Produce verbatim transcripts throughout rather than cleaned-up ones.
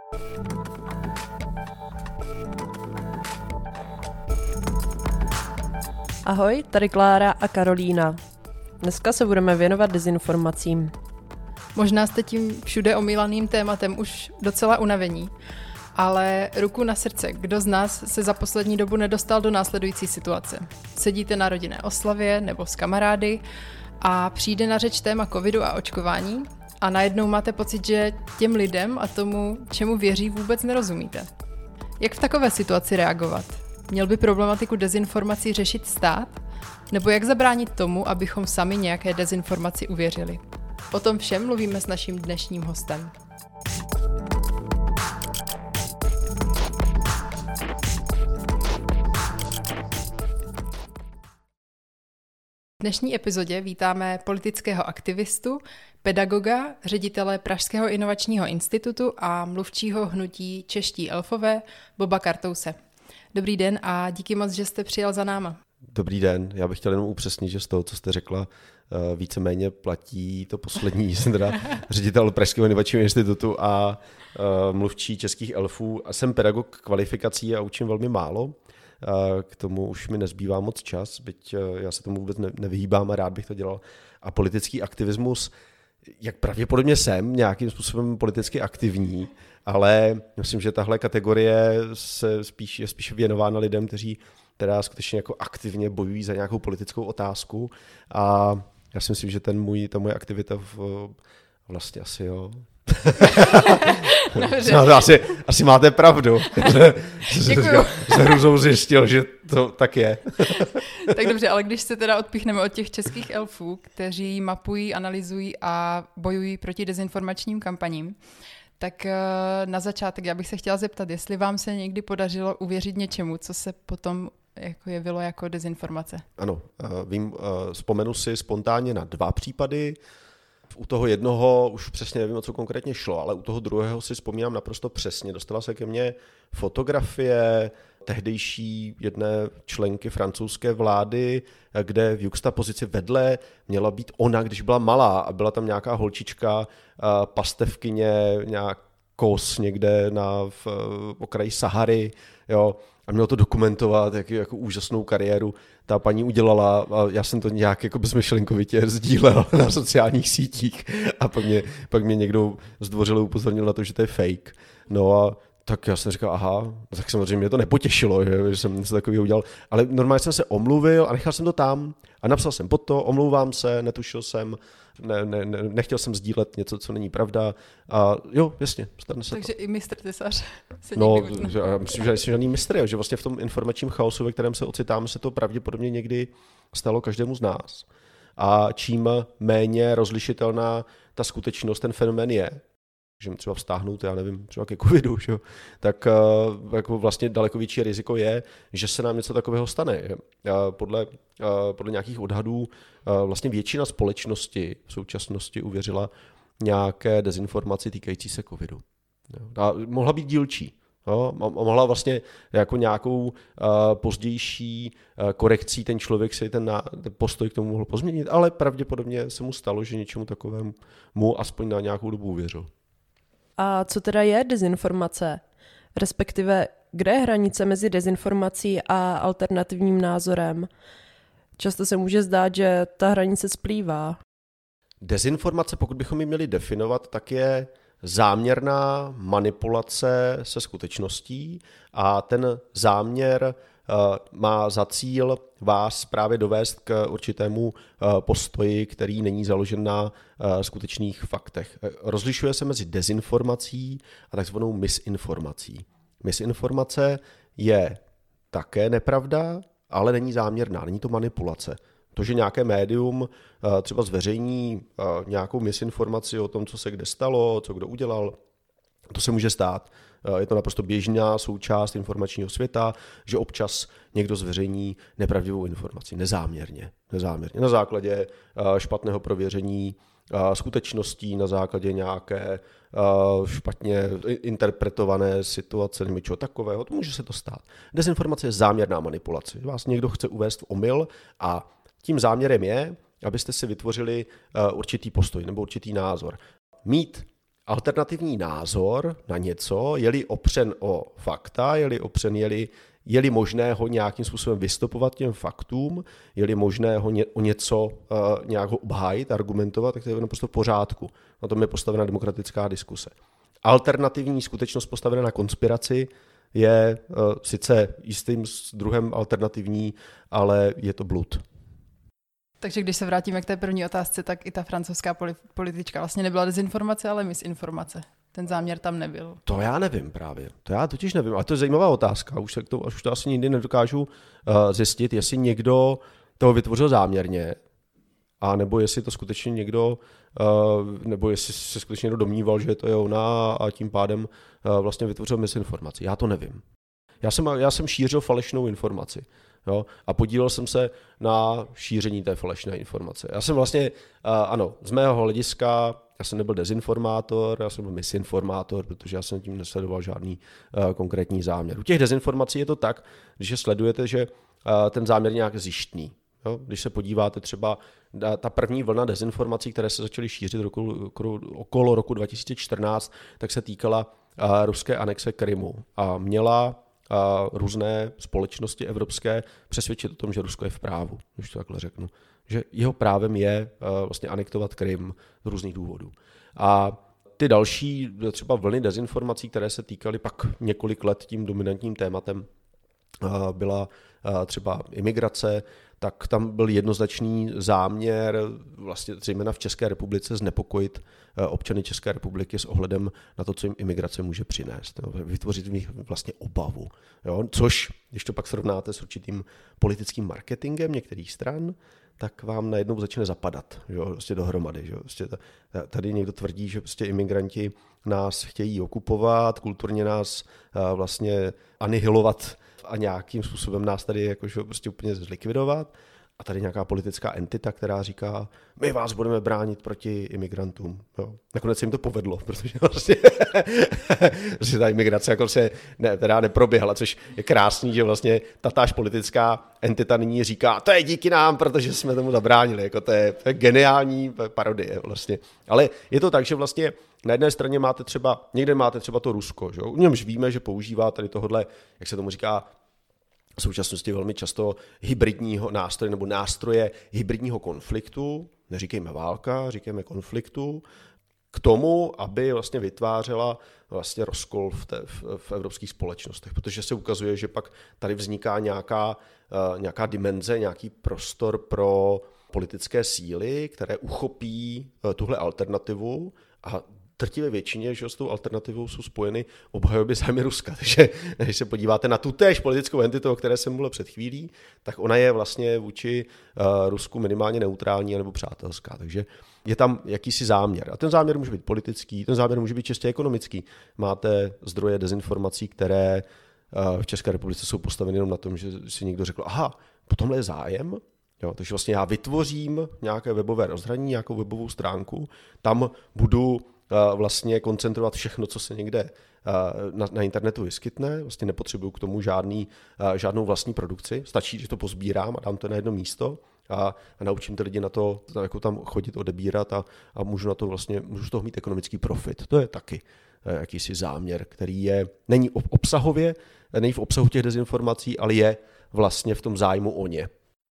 Ahoj, tady Klára a Karolína. Dneska se budeme věnovat dezinformacím. Možná jste tím všude omílaným tématem už docela unavení, ale ruku na srdce, kdo z nás se za poslední dobu nedostal do následující situace? Sedíte na rodinné oslavě nebo s kamarády a přijde na řeč téma covidu a očkování a najednou máte pocit, že těm lidem a tomu, čemu věří, vůbec nerozumíte. Jak v takové situaci reagovat? Měl by problematiku dezinformací řešit stát? Nebo jak zabránit tomu, abychom sami nějaké dezinformaci uvěřili? O tom všem mluvíme s naším dnešním hostem. V dnešní epizodě vítáme politického aktivistu, pedagoga, ředitele Pražského inovačního institutu a mluvčího hnutí Čeští elfové Boba Kartouse. Dobrý den a díky moc, že jste přijel za náma. Dobrý den, já bych chtěl jenom upřesnit, že z toho, co jste řekla, víceméně platí to poslední. Jsem teda ředitel Pražského inovačního institutu a mluvčí Českých elfů. A jsem pedagog kvalifikací a učím velmi málo. K tomu už mi nezbývá moc čas, byť já se tomu vůbec nevyhýbám a rád bych to dělal. A politický aktivismus, jak pravděpodobně jsem nějakým způsobem politicky aktivní, ale myslím, že tahle kategorie se spíš, je spíš věnována lidem, kteří teda skutečně jako aktivně bojují za nějakou politickou otázku a já si myslím, že ten můj, ta moje aktivita v, vlastně asi jo. no, asi, asi máte pravdu. Děkuju. S hrůzou zjistil, že to tak je. Tak dobře, ale když se teda odpíchneme od těch českých elfů, kteří mapují, analyzují a bojují proti dezinformačním kampaním, tak na začátek já bych se chtěla zeptat, jestli vám se někdy podařilo uvěřit něčemu, co se potom jako jevilo jako dezinformace. Ano, vím, vzpomenu si spontánně na dva případy. U toho jednoho už přesně nevím, o co konkrétně šlo, ale u toho druhého si vzpomínám naprosto přesně. Dostala se ke mně fotografie tehdejší jedné členky francouzské vlády, kde v juxtapozici vedle měla být ona, když byla malá a byla tam nějaká holčička, pastevkyně, nějak kos někde na v, v okraji Sahary, jo, a mělo to dokumentovat, jak, jako úžasnou kariéru ta paní udělala a já jsem to nějak jako bezmyšlenkovitě sdílel na sociálních sítích a pak mě, pak mě někdo zdvořile upozornil na to, že to je fake. No a tak já jsem říkal, aha, tak samozřejmě mě to nepotěšilo, že, že jsem něco takového udělal, ale normálně jsem se omluvil a nechal jsem to tam a napsal jsem pod to, omlouvám se, netušil jsem, ne, ne, ne, nechtěl jsem sdílet něco, co není pravda a jo, jasně, stane se. Takže to. I mistr Tesař se no, někdy možná. Já myslím, že nejsem žádný mistr, že vlastně v tom informačním chaosu, ve kterém se ocitáme, se to pravděpodobně někdy stalo každému z nás. A čím méně rozlišitelná ta skutečnost, ten fenomén je, můžeme třeba vztáhnout, já nevím, třeba ke covidu, že? Tak uh, jako vlastně daleko větší riziko je, že se nám něco takového stane. Uh, podle, uh, podle nějakých odhadů uh, vlastně většina společnosti v současnosti uvěřila nějaké dezinformaci týkající se covidu. Jo? A mohla být dílčí. Jo? A mohla vlastně jako nějakou uh, pozdější uh, korekcí ten člověk si ten, na, ten postoj k tomu mohl pozměnit, ale pravděpodobně se mu stalo, že něčemu takovému mu aspoň na nějakou dobu uvěřil. A co teda je dezinformace? Respektive, kde je hranice mezi dezinformací a alternativním názorem? Často se může zdát, že ta hranice splývá. Dezinformace, pokud bychom ji měli definovat, tak je záměrná manipulace se skutečností a ten záměr má za cíl vás právě dovést k určitému postoji, který není založen na skutečných faktech. Rozlišuje se mezi dezinformací a takzvanou misinformací. Misinformace je také nepravda, ale není záměrná, není to manipulace. To, že nějaké médium třeba zveřejní nějakou misinformaci o tom, co se kde stalo, co kdo udělal, to se může stát. Je to naprosto běžná součást informačního světa, že občas někdo zveřejní nepravdivou informaci, nezáměrně. nezáměrně. Na základě špatného prověření skutečností, na základě nějaké špatně interpretované situace nebo čeho takového, to může se to stát. Dezinformace je záměrná manipulace. Vás někdo chce uvést v omyl a tím záměrem je, abyste si vytvořili určitý postoj nebo určitý názor. Mít alternativní názor na něco, je-li opřen o fakta, je-li opřen, je-li, je-li možné ho nějakým způsobem vystupovat těm faktům, je-li možné ho ně, o něco uh, nějak ho obhájit, argumentovat, tak to je naprosto v pořádku. Na tom je postavena demokratická diskuse. Alternativní skutečnost postavená na konspiraci je uh, sice jistým druhem alternativní, ale je to blud. Takže když se vrátíme k té první otázce, tak i ta francouzská politička vlastně nebyla dezinformace, ale misinformace. Ten záměr tam nebyl. To já nevím právě. To já totiž nevím. A to je zajímavá otázka. Už, se to, už to asi nikdy nedokážu uh, zjistit, jestli někdo toho vytvořil záměrně, a nebo jestli to skutečně někdo, uh, nebo jestli se skutečně někdo domníval, že to je ona a tím pádem uh, vlastně vytvořil misinformaci. Já to nevím. Já jsem, já jsem šířil falešnou informaci. Jo, a podílel jsem se na šíření té falešné informace. Já jsem vlastně, uh, ano, z mého hlediska, já jsem nebyl dezinformátor, já jsem byl misinformátor, protože já jsem tím nesledoval žádný uh, konkrétní záměr. U těch dezinformací je to tak, když je sledujete, že uh, ten záměr nějak zjištný. Jo? Když se podíváte třeba na ta první vlna dezinformací, které se začaly šířit roku, okolo roku dva tisíce čtrnáct, tak se týkala uh, ruské anexe Krymu a měla a různé společnosti evropské přesvědčit o tom, že Rusko je v právu, když to takhle řeknu. Že jeho právem je vlastně anektovat Krym z různých důvodů. A ty další třeba vlny dezinformací, které se týkaly pak několik let tím dominantním tématem, byla třeba imigrace, tak tam byl jednoznačný záměr vlastně zejména v České republice znepokojit občany České republiky s ohledem na to, co jim imigrace může přinést. Vytvořit v nich vlastně obavu. Jo? Což, když to pak srovnáte s určitým politickým marketingem některých stran, tak vám najednou začne zapadat, jo? Prostě dohromady. Jo? Prostě tady někdo tvrdí, že prostě imigranti nás chtějí okupovat, kulturně nás vlastně anihilovat a nějakým způsobem nás tady jakože prostě úplně zlikvidovat. A tady nějaká politická entita, která říká, my vás budeme bránit proti imigrantům. Jo. Nakonec se jim to povedlo, protože vlastně ta imigrace jako se ne, teda neproběhla, což je krásný, že vlastně tatáž politická entita nyní říká, to je díky nám, protože jsme tomu zabránili. Jako to, je, to je geniální parodie vlastně. Ale je to tak, že vlastně na jedné straně máte třeba, někde máte třeba to Rusko, že? U němž víme, že používá tady tohodle, jak se tomu říká, v současnosti velmi často hybridního nástroje nebo nástroje hybridního konfliktu, neříkejme válka, říkejme konfliktu, k tomu, aby vlastně vytvářela vlastně rozkol v, té, v, v evropských společnostech, protože se ukazuje, že pak tady vzniká nějaká, uh, nějaká dimenze, nějaký prostor pro politické síly, které uchopí uh, tuhle alternativu a drtivé většině, že s tou alternativou jsou spojeny obhajoby zájmy Ruska. Takže když se podíváte na tu též politickou entitu, o které jsem mluvil před chvílí, tak ona je vlastně vůči uh, Rusku minimálně neutrální nebo přátelská. Takže je tam jakýsi záměr. A ten záměr může být politický, ten záměr může být čistě ekonomický. Máte zdroje dezinformací, které uh, v České republice jsou postaveny jenom na tom, že si někdo řekl, aha, po tomhle je zájem. Jo, takže vlastně já vytvořím nějaké webové rozhraní, nějakou webovou stránku, tam budu vlastně koncentrovat všechno, co se někde na, na internetu vyskytne. Vlastně nepotřebuju k tomu žádný, žádnou vlastní produkci. Stačí, že to pozbírám a dám to na jedno místo a, a naučím ty lidi na to, jako tam chodit, odebírat a, a můžu na to vlastně, můžu z toho mít ekonomický profit. To je taky jakýsi záměr, který je, není obsahově, není v obsahu těch dezinformací, ale je vlastně v tom zájmu o ně.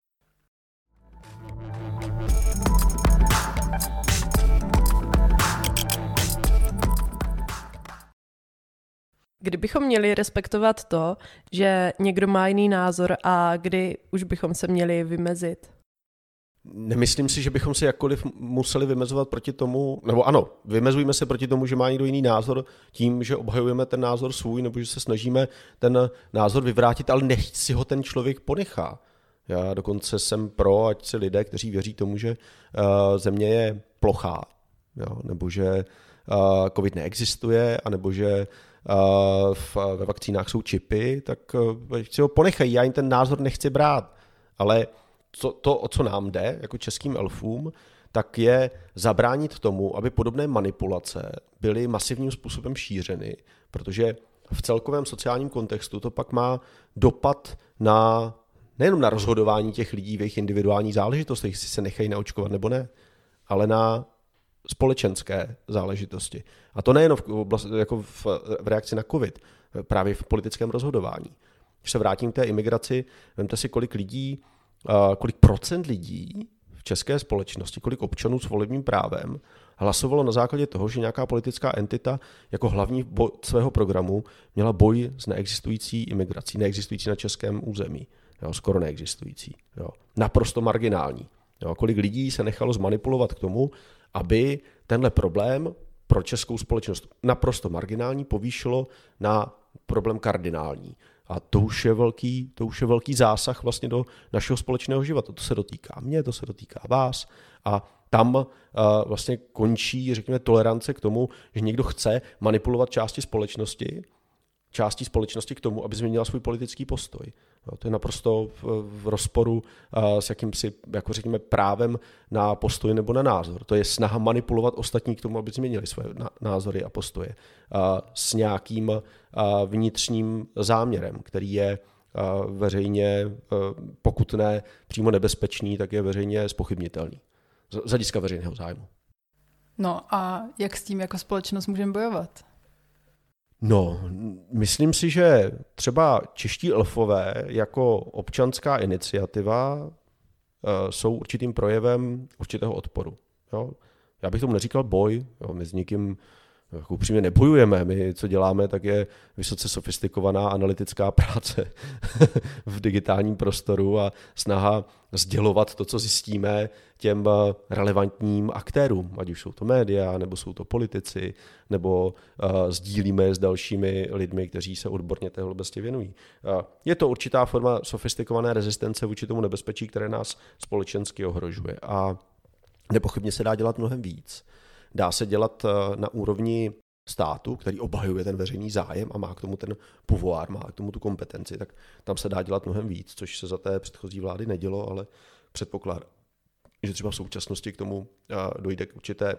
Kdybychom měli respektovat to, že někdo má jiný názor a kdy už bychom se měli vymezit? Nemyslím si, že bychom se jakkoliv museli vymezovat proti tomu, nebo ano, vymezujeme se proti tomu, že má někdo jiný názor tím, že obhajujeme ten názor svůj, nebo že se snažíme ten názor vyvrátit, ale nechť si ho ten člověk ponechá. Já dokonce jsem pro, ať si lidé, kteří věří tomu, že uh, země je plochá, jo, nebo že uh, covid neexistuje, anebo že uh, v, ve vakcínách jsou čipy, tak uh, si ho ponechají, já jim ten názor nechci brát. Ale co, to, o co nám jde, jako českým elfům, tak je zabránit tomu, aby podobné manipulace byly masivním způsobem šířeny, protože v celkovém sociálním kontextu to pak má dopad na nejenom na rozhodování těch lidí v jejich individuální záležitostech, jestli se nechají naočkovat nebo ne, ale na společenské záležitosti. A to nejen v, oblasti, jako v, v reakci na covid, právě v politickém rozhodování. Když se vrátím k té imigraci, vemte si, kolik lidí, kolik procent lidí v české společnosti, kolik občanů s volebním právem hlasovalo na základě toho, že nějaká politická entita jako hlavní bod svého programu měla boj s neexistující imigrací, neexistující na českém území. Jo, skoro neexistující. Jo. Naprosto marginální. Jo, kolik lidí se nechalo zmanipulovat k tomu, aby tenhle problém pro českou společnost naprosto marginální povýšilo na problém kardinální. A to už je velký, to už je velký zásah vlastně do našeho společného života. To se dotýká mě, to se dotýká vás a tam uh, vlastně končí, řekněme, tolerance k tomu, že někdo chce manipulovat části společnosti, části společnosti k tomu, aby změnila svůj politický postoj. Jo, to je naprosto v, v rozporu uh, s jakýmsi, jako řekněme, právem na postoj nebo na názor. To je snaha manipulovat ostatní k tomu, aby změnili své na, názory a postoje uh, s nějakým uh, vnitřním záměrem, který je uh, veřejně, uh, pokud ne přímo nebezpečný, tak je veřejně zpochybnitelný. Z, z hlediska veřejného zájmu. No a jak s tím jako společnost můžeme bojovat? No, myslím si, že třeba čeští elfové jako občanská iniciativa jsou určitým projevem určitého odporu. Jo? Já bych tomu neříkal boj, jo? My s nikým jako upřímně nebojujeme. My, co děláme, tak je vysoce sofistikovaná analytická práce v digitálním prostoru a snaha sdělovat to, co zjistíme těm relevantním aktérům, ať už jsou to média, nebo jsou to politici, nebo uh, sdílíme s dalšími lidmi, kteří se odborně téhle oblasti věnují. Uh, je to určitá forma sofistikované rezistence vůči tomu nebezpečí, které nás společensky ohrožuje. A nepochybně se dá dělat mnohem víc. Dá se dělat na úrovni státu, který obhajuje ten veřejný zájem a má k tomu ten pouvoir, má k tomu tu kompetenci, tak tam se dá dělat mnohem víc, což se za té předchozí vlády nedělo, ale předpokládám, že třeba v současnosti k tomu dojde k určité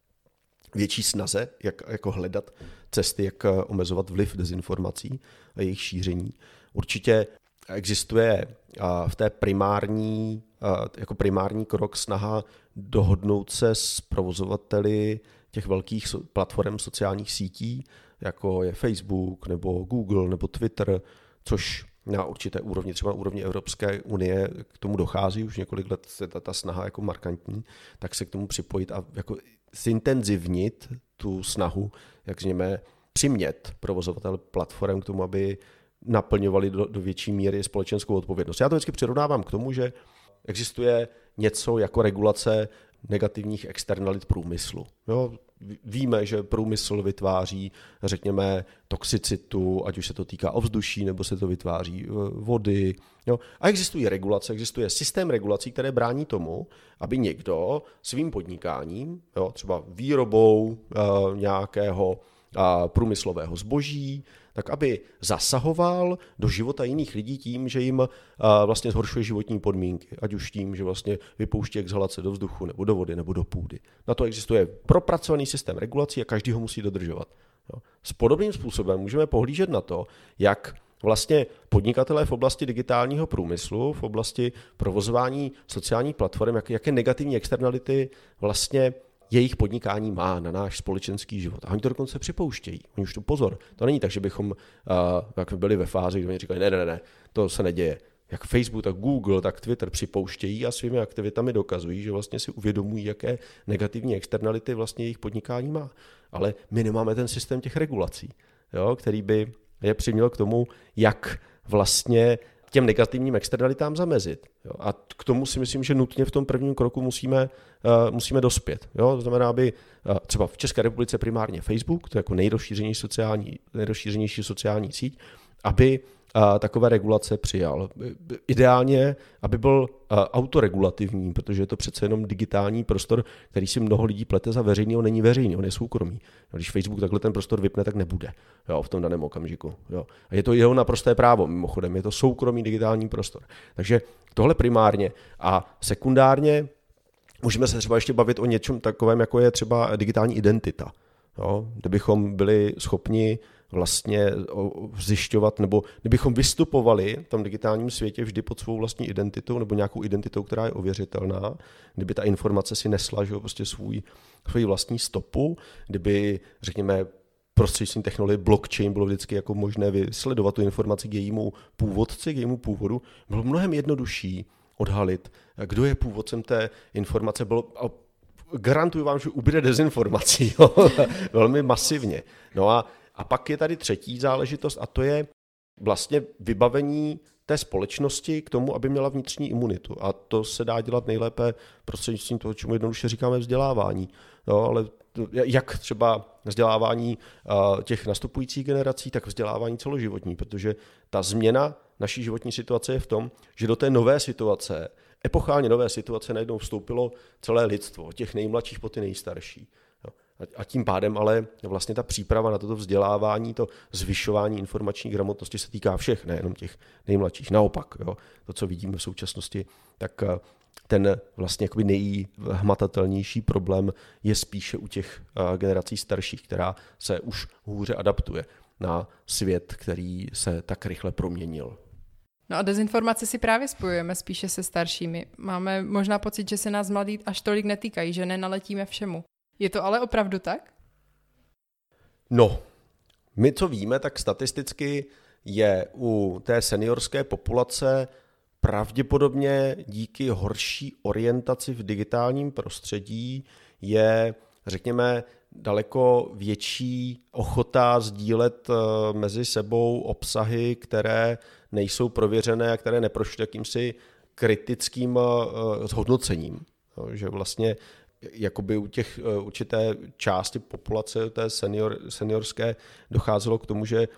větší snaze, jak jako hledat cesty, jak omezovat vliv dezinformací a jejich šíření. Určitě existuje v té primární, jako primární krok snaha dohodnout se s provozovateli těch velkých platform sociálních sítí, jako je Facebook, nebo Google, nebo Twitter, což na určité úrovni, třeba na úrovni Evropské unie k tomu dochází, už několik let je ta, ta snaha jako markantní, tak se k tomu připojit a jako zintenzivnit tu snahu, jak řekněme, přimět provozovatel platform k tomu, aby naplňovali do, do větší míry společenskou odpovědnost. Já to vždycky přirovnávám k tomu, že existuje něco jako regulace negativních externalit průmyslu. Jo? Víme, že průmysl vytváří, řekněme, toxicitu, ať už se to týká ovzduší, nebo se to vytváří vody. Jo? A existují regulace, existuje systém regulací, které brání tomu, aby někdo svým podnikáním, jo, třeba výrobou uh, nějakého uh, průmyslového zboží, tak aby zasahoval do života jiných lidí tím, že jim vlastně zhoršuje životní podmínky, ať už tím, že vlastně vypouští exhalace do vzduchu, nebo do vody, nebo do půdy. Na to existuje propracovaný systém regulací a každý ho musí dodržovat. S podobným způsobem můžeme pohlížet na to, jak vlastně podnikatelé v oblasti digitálního průmyslu, v oblasti provozování sociálních platform, jak, jaké negativní externality vlastně jejich podnikání má na náš společenský život. A oni to dokonce připouštějí. Oni už to pozor. To není tak, že bychom uh, jak byli ve fázi, kdy oni říkali, ne, ne, ne, to se neděje. Jak Facebook, tak Google, tak Twitter připouštějí a svými aktivitami dokazují, že vlastně si uvědomují, jaké negativní externality vlastně jejich podnikání má. Ale my nemáme ten systém těch regulací, jo, který by je přiměl k tomu, jak vlastně těm negativním externalitám zamezit. Jo. A k tomu si myslím, že nutně v tom prvním kroku musíme, uh, musíme dospět. Jo. To znamená, aby uh, třeba v České republice primárně Facebook, to je jako nejrozšířenější sociální, nejrozšířenější sociální síť, aby uh, takové regulace přijal. Ideálně, aby byl uh, autoregulativní, protože je to přece jenom digitální prostor, který si mnoho lidí plete za veřejný, on není veřejný, on je soukromý. Když Facebook takhle ten prostor vypne, tak nebude, jo, v tom daném okamžiku. Jo. A je to jeho naprosté právo, mimochodem, je to soukromý digitální prostor. Takže tohle primárně a sekundárně můžeme se třeba ještě bavit o něčem takovém, jako je třeba digitální identita. Jo? Kdybychom byli schopni vlastně zjišťovat, nebo kdybychom vystupovali v tom digitálním světě vždy pod svou vlastní identitou nebo nějakou identitou, která je ověřitelná, kdyby ta informace si nesla, že prostě svůj, svůj vlastní stopu, kdyby, řekněme, prostřednictvím technologie blockchain bylo vždycky jako možné vysledovat tu informaci k jejímu původci, k jejímu původu, bylo mnohem jednodušší odhalit, kdo je původcem té informace. Bylo, a garantuju vám, že ubyde dezinformací, jo? Velmi masivně. No a, a pak je tady třetí záležitost a to je vlastně vybavení té společnosti k tomu, aby měla vnitřní imunitu. A to se dá dělat nejlépe prostřednictvím toho, čemu jednoduše říkáme vzdělávání. No, ale jak třeba vzdělávání těch nastupujících generací, tak vzdělávání celoživotní, protože ta změna naší životní situace je v tom, že do té nové situace, epochálně nové situace najednou vstoupilo celé lidstvo, od těch nejmladších po ty nejstarší. A tím pádem ale vlastně ta příprava na toto vzdělávání, to zvyšování informační gramotnosti se týká všech, nejenom těch nejmladších. Naopak, jo, to, co vidíme v současnosti, tak ten vlastně jakoby nejhmatatelnější problém je spíše u těch generací starších, která se už hůře adaptuje na svět, který se tak rychle proměnil. No a dezinformace si právě spojujeme spíše se staršími. Máme možná pocit, že se nás mladí až tolik netýkají, že nenaletíme všemu. Je to ale opravdu tak? No, my co víme, tak statisticky je u té seniorské populace pravděpodobně díky horší orientaci v digitálním prostředí je, řekněme, daleko větší ochota sdílet mezi sebou obsahy, které nejsou prověřené a které neprošly jakýmsi kritickým zhodnocením. Že vlastně jakoby u těch určité části populace, té senior, seniorské, docházelo k tomu, že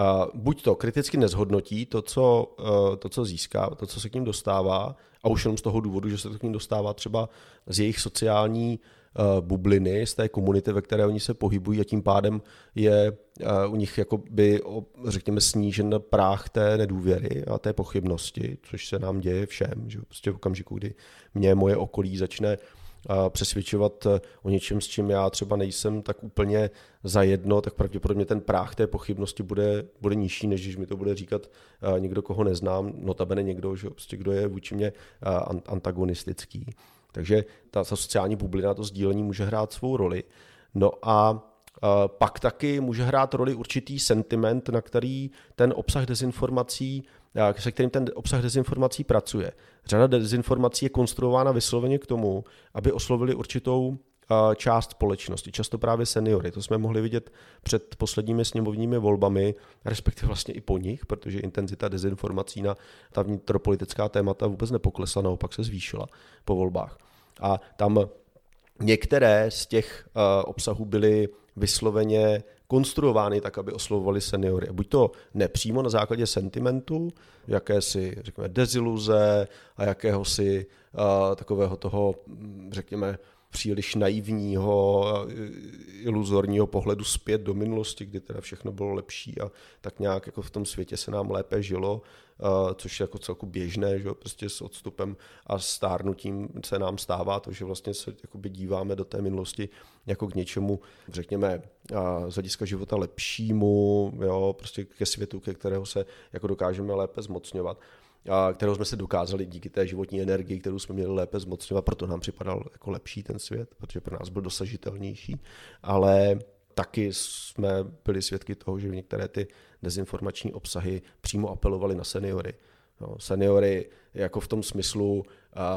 buď to kriticky nezhodnotí to co, to, co získá, to, co se k ním dostává, a už jenom z toho důvodu, že se to k ním dostává třeba z jejich sociální bubliny, z té komunity, ve které oni se pohybují, a tím pádem je u nich jakoby, řekněme, snížen práh té nedůvěry a té pochybnosti, což se nám děje všem, že prostě v okamžiku, kdy mě moje okolí začne přesvědčovat o něčem, s čím já třeba nejsem tak úplně zajedno, tak pravděpodobně ten práh té pochybnosti bude, bude nižší, než když mi to bude říkat někdo, koho neznám, notabene někdo, že prostě kdo je vůči mě antagonistický. Takže ta sociální bublina, to sdílení může hrát svou roli. No a pak taky může hrát roli určitý sentiment, na který ten obsah dezinformací, se kterým ten obsah dezinformací pracuje. Řada dezinformací je konstruována vysloveně k tomu, aby oslovili určitou část společnosti, často právě seniory. To jsme mohli vidět před posledními sněmovními volbami, respektive vlastně i po nich, protože intenzita dezinformací na ta vnitropolitická témata vůbec nepoklesla, naopak se zvýšila po volbách. A tam některé z těch obsahů byly vysloveně konstruovány tak, aby oslovovali seniory. Buď to nepřímo na základě sentimentu, jakési, řekněme, deziluze a jakéhosi uh, takového toho, řekněme, příliš naivního, iluzorního pohledu zpět do minulosti, kdy teda všechno bylo lepší a tak nějak jako v tom světě se nám lépe žilo, což je jako celku běžné, že prostě s odstupem a stárnutím se nám stává to, že vlastně se jakoby díváme do té minulosti jako k něčemu, řekněme, z hlediska života lepšímu, jo, prostě ke světu, ke kterého se jako dokážeme lépe zmocňovat, a kterou jsme se dokázali díky té životní energii, kterou jsme měli lépe zmocňovat, proto nám připadal jako lepší ten svět, protože pro nás byl dosažitelnější, ale taky jsme byli svědky toho, že některé ty dezinformační obsahy přímo apelovaly na seniory. No, seniory jako v tom smyslu uh,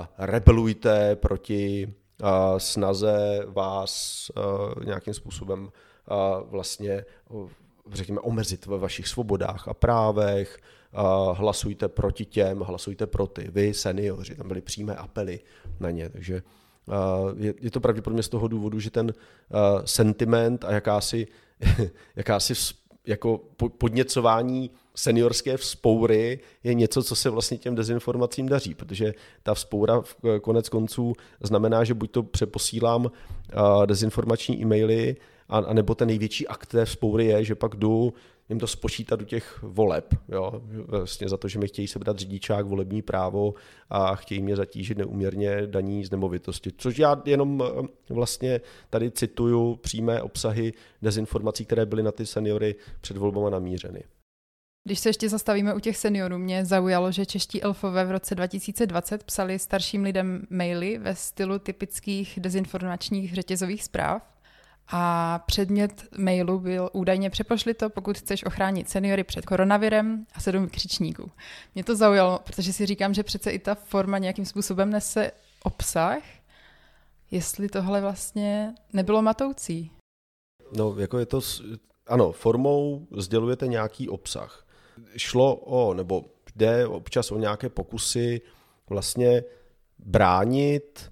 rebelujte proti uh, snaze vás uh, nějakým způsobem uh, vlastně uh, řekněme omezit ve vašich svobodách a právech, uh, hlasujte proti těm, hlasujte pro ty, vy seniori, tam byly přímé apely na ně, takže uh, je, je to pravděpodobně z toho důvodu, že ten uh, sentiment a jakási, jakási jako podněcování seniorské vzpoury je něco, co se vlastně těm dezinformacím daří, protože ta vzpoura konec konců znamená, že buď to přeposílám dezinformační e-maily a, a nebo ten největší akt té vzpoury je, že pak jdu jim to spočítat do těch voleb, jo? Vlastně za to, že mi chtějí sebrat řidičák, volební právo a chtějí mě zatížit neúměrně daní z nemovitosti. Což já jenom vlastně tady cituju přímé obsahy dezinformací, které byly na ty seniory před volbama namířeny. Když se ještě zastavíme u těch seniorů, mě zaujalo, že čeští elfové v roce dva tisíce dvacet psali starším lidem maily ve stylu typických dezinformačních řetězových zpráv. A předmět mailu byl údajně přepošli to, pokud chceš ochránit seniory před koronavirem a sedm křičníků. Mě to zaujalo, protože si říkám, že přece i ta forma nějakým způsobem nese obsah, jestli tohle vlastně nebylo matoucí. No, jako je to, ano, formou sdělujete nějaký obsah. Šlo o, nebo jde občas o nějaké pokusy vlastně bránit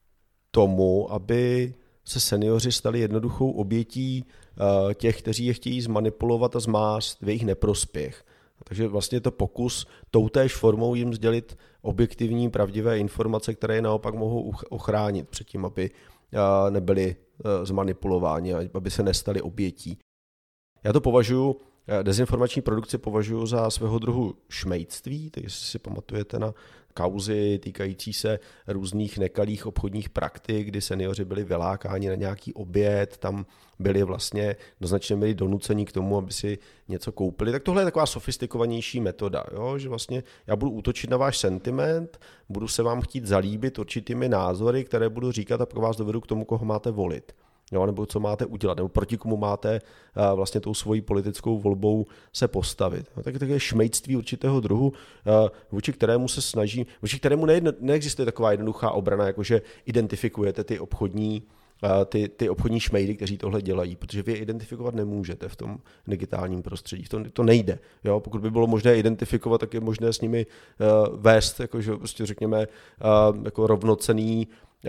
tomu, aby se seniori stali jednoduchou obětí uh, těch, kteří je chtějí zmanipulovat a zmást v jejich neprospěch. Takže vlastně je to pokus toutéž formou jim sdělit objektivní, pravdivé informace, které je naopak mohou ochránit před tím, aby uh, nebyli uh, zmanipulováni, aby se nestali obětí. Já to považuji, dezinformační produkci považuji za svého druhu šmejdství, takže si pamatujete na kauzy týkající se různých nekalých obchodních praktik, kdy seniori byli vylákáni na nějaký oběd, tam byli vlastně do značné míry donuceni k tomu, aby si něco koupili. Tak tohle je taková sofistikovanější metoda, jo? Že vlastně já budu útočit na váš sentiment, budu se vám chtít zalíbit určitými názory, které budu říkat a pro vás dovedu k tomu, koho máte volit. Jo, nebo co máte udělat, nebo proti komu máte uh, vlastně tou svojí politickou volbou se postavit. No, tak také šmejdství určitého druhu, uh, vůči kterému se snaží, vůči kterému nejedno, neexistuje taková jednoduchá obrana, jakože identifikujete ty obchodní, uh, ty, ty obchodní šmejdy, kteří tohle dělají, protože vy je identifikovat nemůžete v tom digitálním prostředí. To, to nejde. Jo? Pokud by bylo možné identifikovat, tak je možné s nimi uh, vést, jakože prostě řekněme, uh, jako rovnocenný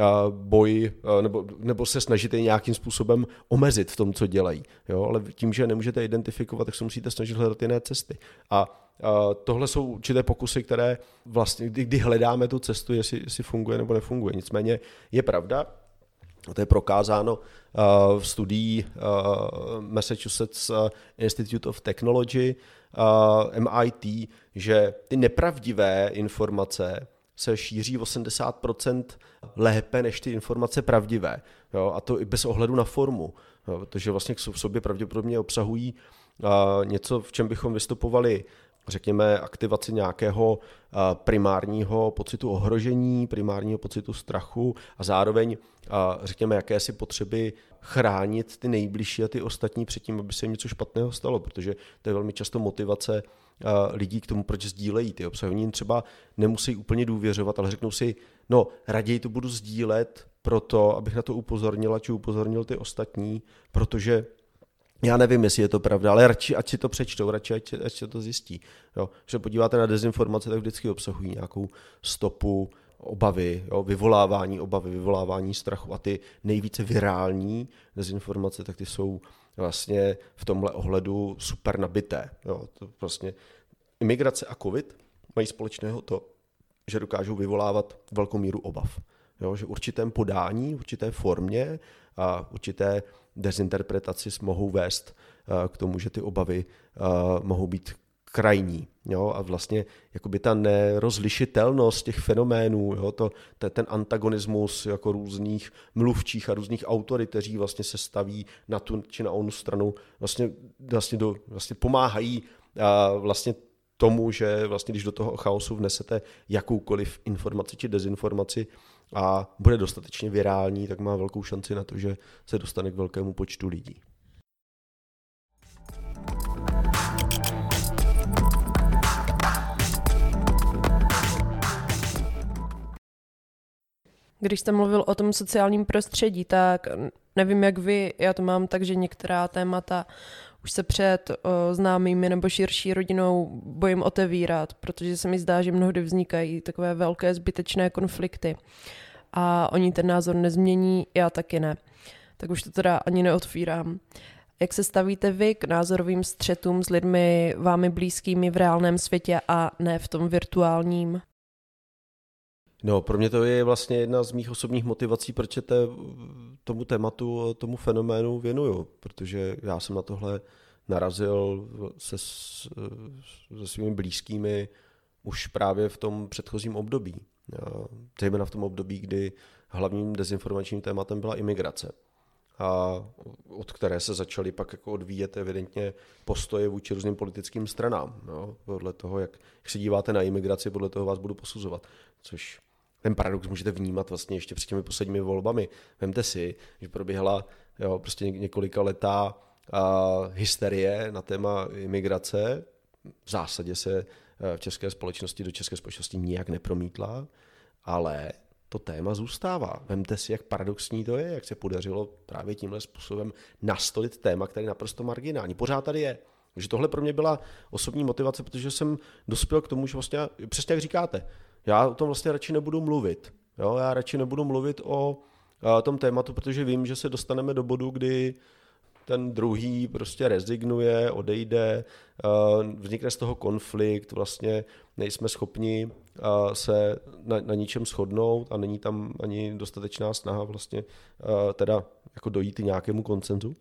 boj, nebo, nebo se snažíte nějakým způsobem omezit v tom, co dělají. Jo? Ale tím, že nemůžete identifikovat, tak se musíte snažit hledat jiné cesty. A, a tohle jsou určité pokusy, které vlastně, kdy hledáme tu cestu, jestli, jestli funguje nebo nefunguje. Nicméně je pravda, to je prokázáno uh, v studií uh, Massachusetts Institute of Technology, uh, M I T, že ty nepravdivé informace se šíří osmdesát procent lépe než ty informace pravdivé. Jo? A to i bez ohledu na formu. Jo? Protože vlastně v sobě pravděpodobně obsahují uh, něco, v čem bychom vystupovali, řekněme, aktivaci nějakého uh, primárního pocitu ohrožení, primárního pocitu strachu a zároveň, uh, řekněme, jakési potřeby chránit ty nejbližší a ty ostatní před tím, aby se jim něco špatného stalo, protože to je velmi často motivace lidí k tomu, proč sdílejí ty obsahy. Oni jim třeba nemusí úplně důvěřovat, ale řeknou si, no raději to budu sdílet proto, abych na to upozornila, či upozornil ty ostatní, protože já nevím, jestli je to pravda, ale radši, ať si to přečtou, radši, ať, ať se to zjistí. Jo. Když se podíváte na dezinformace, tak vždycky obsahují nějakou stopu obavy, jo, vyvolávání obavy, vyvolávání strachu a ty nejvíce virální dezinformace, tak ty jsou vlastně v tomhle ohledu super nabité. Jo. To vlastně imigrace a covid mají společného to, že dokážou vyvolávat velkou míru obav. Jo, že určitém podání, určité formě a určité dezinterpretaci mohou vést k tomu, že ty obavy mohou být krajní. Jo? A vlastně jakoby ta nerozlišitelnost těch fenoménů, jo? To, to, ten antagonismus jako různých mluvčích a různých autorit, kteří vlastně se staví na tu či na onu stranu, vlastně, vlastně, do, vlastně pomáhají a vlastně tomu, že vlastně když do toho chaosu vnesete jakoukoliv informaci či dezinformaci a bude dostatečně virální, tak má velkou šanci na to, že se dostane k velkému počtu lidí. Když jste mluvil o tom sociálním prostředí, tak nevím, jak vy, já to mám tak, že některá témata už se před o, známými nebo širší rodinou bojím otevírat, protože se mi zdá, že mnohdy vznikají takové velké zbytečné konflikty a oni ten názor nezmění, já taky ne. Tak už to teda ani neotvírám. Jak se stavíte vy k názorovým střetům s lidmi vámi blízkými v reálném světě a ne v tom virtuálním? No, pro mě to je vlastně jedna z mých osobních motivací, proč te, tomu tématu, tomu fenoménu věnuju, protože já jsem na tohle narazil se, se svými blízkými už právě v tom předchozím období. Zejména v tom období, kdy hlavním dezinformačním tématem byla imigrace. A od které se začaly pak jako odvíjet evidentně postoje vůči různým politickým stranám. No, podle toho, jak, jak se díváte na imigraci, podle toho vás budu posuzovat. Což ten paradox můžete vnímat vlastně ještě před těmi posledními volbami. Vemte si, že proběhla jo, prostě několika letá a, hysterie na téma imigrace. V zásadě se v české společnosti do české společnosti nijak nepromítla, ale to téma zůstává. Vemte si, jak paradoxní to je, jak se podařilo právě tímhle způsobem nastolit téma, které je naprosto marginální. Pořád tady je. Takže tohle pro mě byla osobní motivace, protože jsem dospěl k tomu, že vlastně, přesně jak říkáte, já o tom vlastně radši nebudu mluvit. Jo? Já radši nebudu mluvit o a, tom tématu, protože vím, že se dostaneme do bodu, kdy ten druhý prostě rezignuje, odejde, vznikne z toho konflikt, vlastně nejsme schopni se na, na ničem shodnout a není tam ani dostatečná snaha vlastně teda jako dojít i nějakému konsenzu.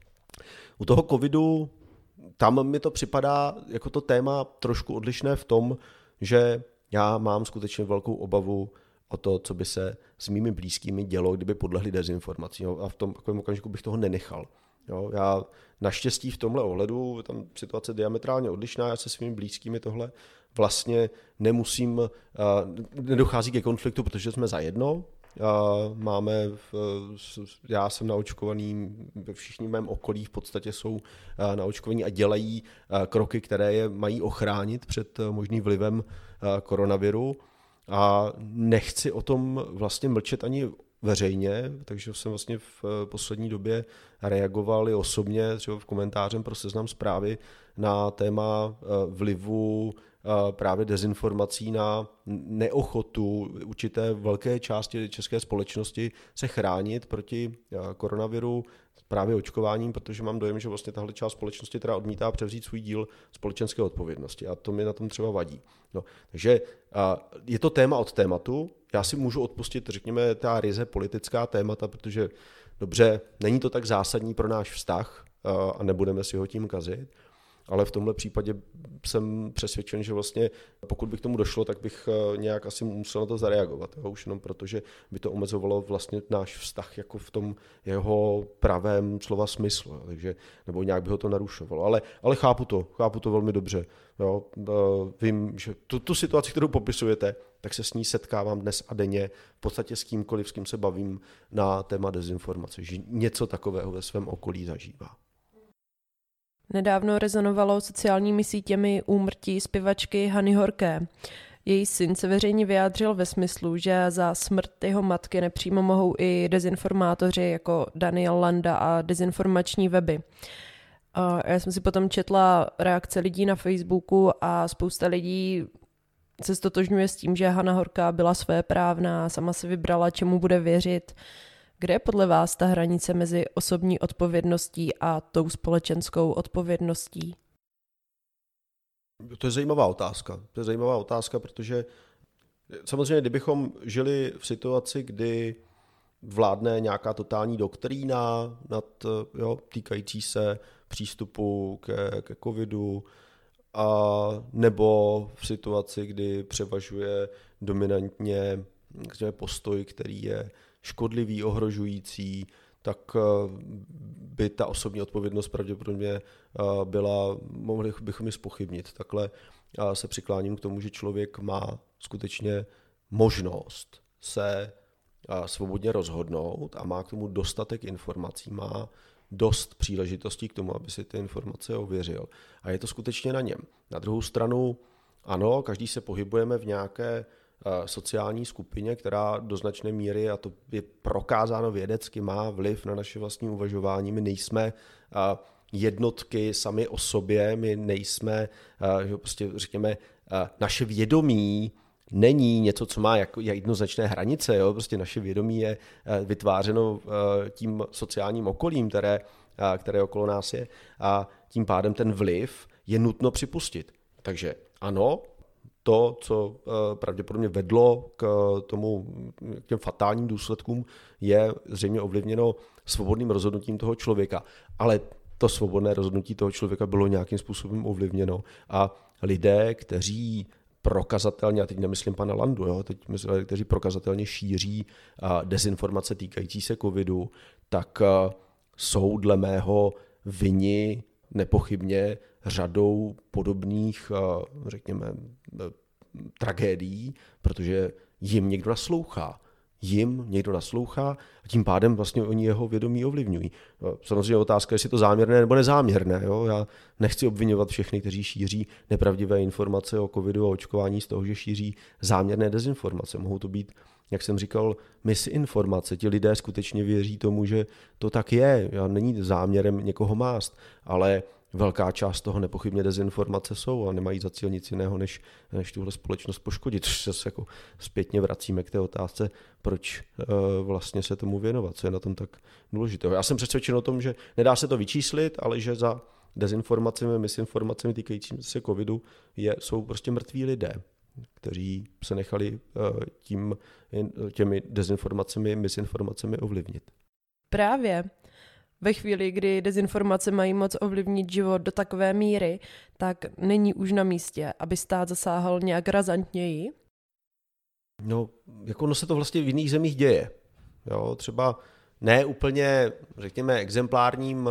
U toho covidu tam mi to připadá jako to téma trošku odlišné v tom, že já mám skutečně velkou obavu o to, co by se s mými blízkými dělo, kdyby podlehli dezinformacím. A v tom takovém okamžiku bych toho nenechal. Jo, já naštěstí v tomhle ohledu, tam situace diametrálně odlišná, já se svými blízkými tohle vlastně nemusím, uh, nedochází ke konfliktu, protože jsme zajedno. Uh, máme, v, já jsem naočkovaný, všichni v mém okolí v podstatě jsou uh, naočkovaní a dělají uh, kroky, které je mají ochránit před uh, možným vlivem uh, koronaviru. A nechci o tom vlastně mlčet ani veřejně, takže jsem vlastně v poslední době reagoval i osobně, třeba v komentářem pro Seznam Zprávy na téma vlivu právě dezinformací na neochotu určité velké části české společnosti se chránit proti koronaviru právě očkováním, protože mám dojem, že vlastně tahle část společnosti teda odmítá převzít svůj díl společenské odpovědnosti a to mi na tom třeba vadí. No, takže je to téma od tématu. Já si můžu odpustit, řekněme, ta ryze politická témata, protože dobře, není to tak zásadní pro náš vztah a nebudeme si ho tím kazit, ale v tomhle případě jsem přesvědčen, že vlastně pokud by k tomu došlo, tak bych nějak asi musel na to zareagovat. Jo? Už jenom proto, že by to omezovalo vlastně náš vztah jako v tom jeho pravém slova smyslu. Jo? Takže, nebo nějak by ho to narušovalo. Ale, ale chápu to, chápu to velmi dobře. Jo? Vím, že tu, tu situaci, kterou popisujete, tak se s ní setkávám dnes a denně v podstatě s kýmkoliv, s kým se bavím na téma dezinformace, že něco takového ve svém okolí zažívá. Nedávno rezonovalo sociálními sítěmi úmrtí zpěvačky Hany Horké. Její syn se veřejně vyjádřil ve smyslu, že za smrt jeho matky nepřímo mohou i dezinformátoři jako Daniel Landa a dezinformační weby. A já jsem si potom četla reakce lidí na Facebooku a spousta lidí se stotožňuje s tím, že Hana Horká byla svéprávná, sama si vybrala, čemu bude věřit. Kde je podle vás ta hranice mezi osobní odpovědností a tou společenskou odpovědností? To je zajímavá otázka. To je zajímavá otázka, protože samozřejmě, kdybychom žili v situaci, kdy vládne nějaká totální doktrína nad, jo, týkající se přístupu ke, ke covidu, a nebo v situaci, kdy převažuje dominantně postoj, který je škodlivý, ohrožující, tak by ta osobní odpovědnost pravděpodobně byla, mohli bychom ji zpochybnit. Takhle se přikláním k tomu, že člověk má skutečně možnost se svobodně rozhodnout a má k tomu dostatek informací, má dost příležitostí k tomu, aby si ty informace ověřil. A je to skutečně na něm. Na druhou stranu, ano, každý se pohybujeme v nějaké sociální skupině, která do značné míry, a to je prokázáno vědecky, má vliv na naše vlastní uvažování. My nejsme jednotky sami o sobě, my nejsme, že prostě řekněme, naše vědomí není něco, co má jako jednoznačné hranice. Jo? Prostě naše vědomí je vytvářeno tím sociálním okolím, které, které okolo nás je, a tím pádem ten vliv je nutno připustit. Takže ano, to, co pravděpodobně vedlo k tomu, k těm fatálním důsledkům, je zřejmě ovlivněno svobodným rozhodnutím toho člověka. Ale to svobodné rozhodnutí toho člověka bylo nějakým způsobem ovlivněno a lidé, kteří prokazatelně, a teď nemyslím pana Landu, jo, teď myslím, kteří prokazatelně šíří dezinformace týkající se covidu, tak jsou dle mého vinni nepochybně řadou podobných, řekněme, tragédií, protože jim někdo naslouchá. Jim někdo naslouchá a tím pádem vlastně oni jeho vědomí ovlivňují. Samozřejmě otázka, jestli je to záměrné nebo nezáměrné. Jo? Já nechci obvinovat všechny, kteří šíří nepravdivé informace o covidu a očkování z toho, že šíří záměrné dezinformace. Mohou to být, jak jsem říkal, misinformace. Ti lidé skutečně věří tomu, že to tak je. Já není záměrem někoho mást, ale velká část toho nepochybně dezinformace jsou a nemají za cíl nic jiného, než, než tuhle společnost poškodit. Což se jako zpětně vracíme k té otázce, proč uh, vlastně se tomu věnovat, co je na tom tak důležitého. Já jsem přesvědčen o tom, že nedá se to vyčíslit, ale že za dezinformacemi, misinformacemi týkajícími se covidu je, jsou prostě mrtví lidé, kteří se nechali uh, tím, těmi dezinformacemi, misinformacemi ovlivnit. Právě. Ve chvíli, kdy dezinformace mají moc ovlivnit život do takové míry, tak není už na místě, aby stát zasáhl nějak razantněji? No, jako ono se to vlastně v jiných zemích děje. Jo, třeba ne úplně, řekněme, exemplárním,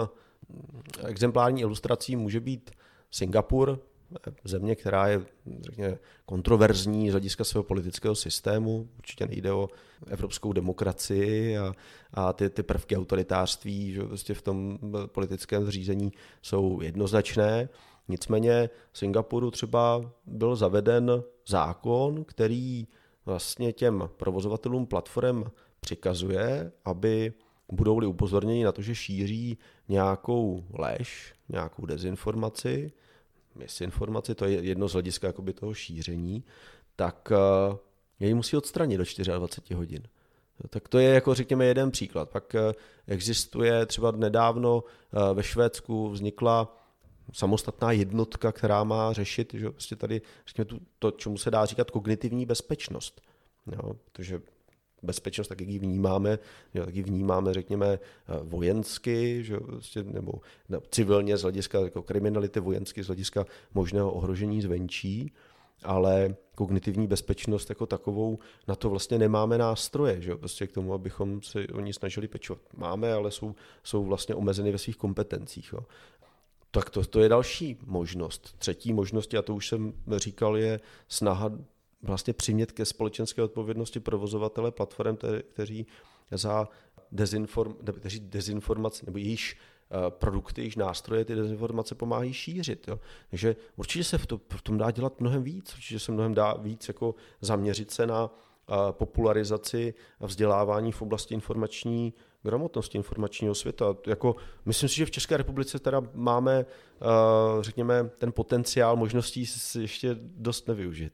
exemplární ilustrací může být Singapur, země, která je, řekněme, kontroverzní z hlediska svého politického systému. Určitě nejde o evropskou demokracii a, a ty, ty prvky autoritářství, že vlastně v tom politickém zřízení jsou jednoznačné. Nicméně v Singapuru třeba byl zaveden zákon, který vlastně těm provozovatelům platform přikazuje, aby budou-li upozorněni na to, že šíří nějakou lež, nějakou dezinformaci, misinformaci, to je jedno z hlediska jakoby toho šíření, tak jej musí odstranit do dvacet čtyři hodin. Tak to je jako řekněme jeden příklad. Pak existuje třeba nedávno ve Švédsku vznikla samostatná jednotka, která má řešit, že vlastně tady řekněme, tu, to, čemu se dá říkat kognitivní bezpečnost. Jo, protože bezpečnost, tak jak ji vnímáme, jo, tak ji vnímáme, řekněme, vojensky, že, vlastně, nebo no, civilně z hlediska jako kriminality, vojensky z hlediska možného ohrožení zvenčí, ale kognitivní bezpečnost jako takovou, na to vlastně nemáme nástroje, že, vlastně k tomu, abychom se o ní snažili pečovat. Máme, ale jsou, jsou vlastně omezeny ve svých kompetencích. Jo. Tak to, to je další možnost. Třetí možnost, a to už jsem říkal, je snaha vlastně přimět ke společenské odpovědnosti provozovatele platform, kteří za dezinform, kteří dezinformace nebo jejíž produkty, jejíž nástroje ty dezinformace pomáhají šířit. Jo. Takže určitě se v, to, v tom dá dělat mnohem víc, určitě se mnohem dá víc jako zaměřit se na popularizaci a vzdělávání v oblasti informační gramotnosti, informačního světa. Jako, myslím si, že v České republice teda máme, řekněme, ten potenciál možností ještě dost nevyužit.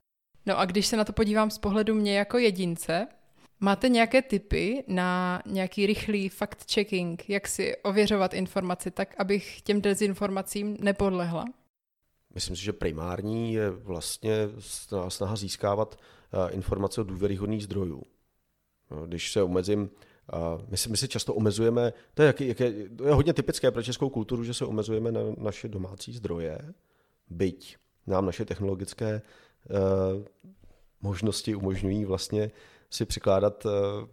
No a když se na to podívám z pohledu mě jako jedince, máte nějaké tipy na nějaký rychlý fact-checking, jak si ověřovat informaci tak, abych těm dezinformacím nepodlehla? Myslím si, že primární je vlastně snaha získávat informace od důvěryhodných zdrojů. Když se omezím, my si, my si často omezujeme, to je, jak, jak je, to je hodně typické pro českou kulturu, že se omezujeme na naše domácí zdroje, byť nám naše technologické možnosti umožňují vlastně si překládat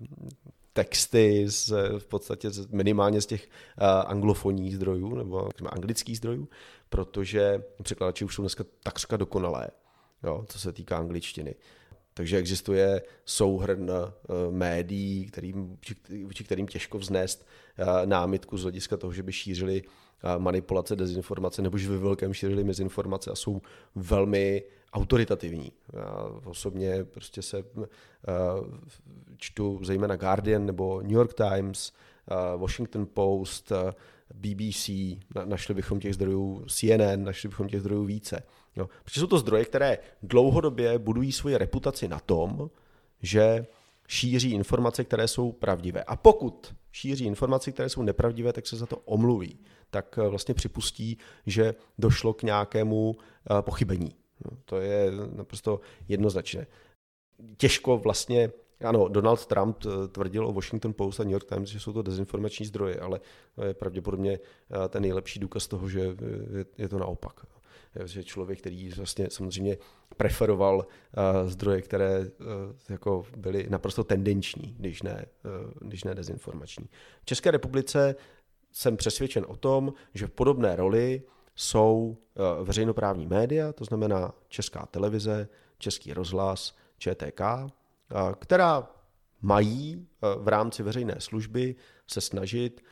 texty z, v podstatě minimálně z těch anglofonních zdrojů nebo anglických zdrojů, protože překladači už jsou dneska takřka dokonalé, jo, co se týká angličtiny. Takže existuje souhrn médií, kterým, vůči kterým těžko vznést námitku z hlediska toho, že by šířili manipulace, dezinformace, nebo že ve velkém šířili mizinformace a jsou velmi autoritativní. Já osobně prostě se uh, čtu zejména Guardian nebo New York Times, uh, Washington Post, uh, B B C, na, našli bychom těch zdrojů C N N, našli bychom těch zdrojů více. No, protože jsou to zdroje, které dlouhodobě budují svoji reputaci na tom, že šíří informace, které jsou pravdivé. A pokud šíří informace, které jsou nepravdivé, tak se za to omluví. Tak vlastně připustí, že došlo k nějakému pochybení. No, to je naprosto jednoznačné. Těžko vlastně, ano, Donald Trump tvrdil o Washington Post a New York Times, že jsou to dezinformační zdroje, ale to je pravděpodobně ten nejlepší důkaz toho, že je to naopak. Že člověk, který vlastně samozřejmě preferoval uh, zdroje, které uh, jako byly naprosto tendenční, když ne, uh, když ne dezinformační. V České republice jsem přesvědčen o tom, že v podobné roli jsou uh, veřejnoprávní média, to znamená Česká televize, Český rozhlas, Č T K, uh, která mají uh, v rámci veřejné služby se snažit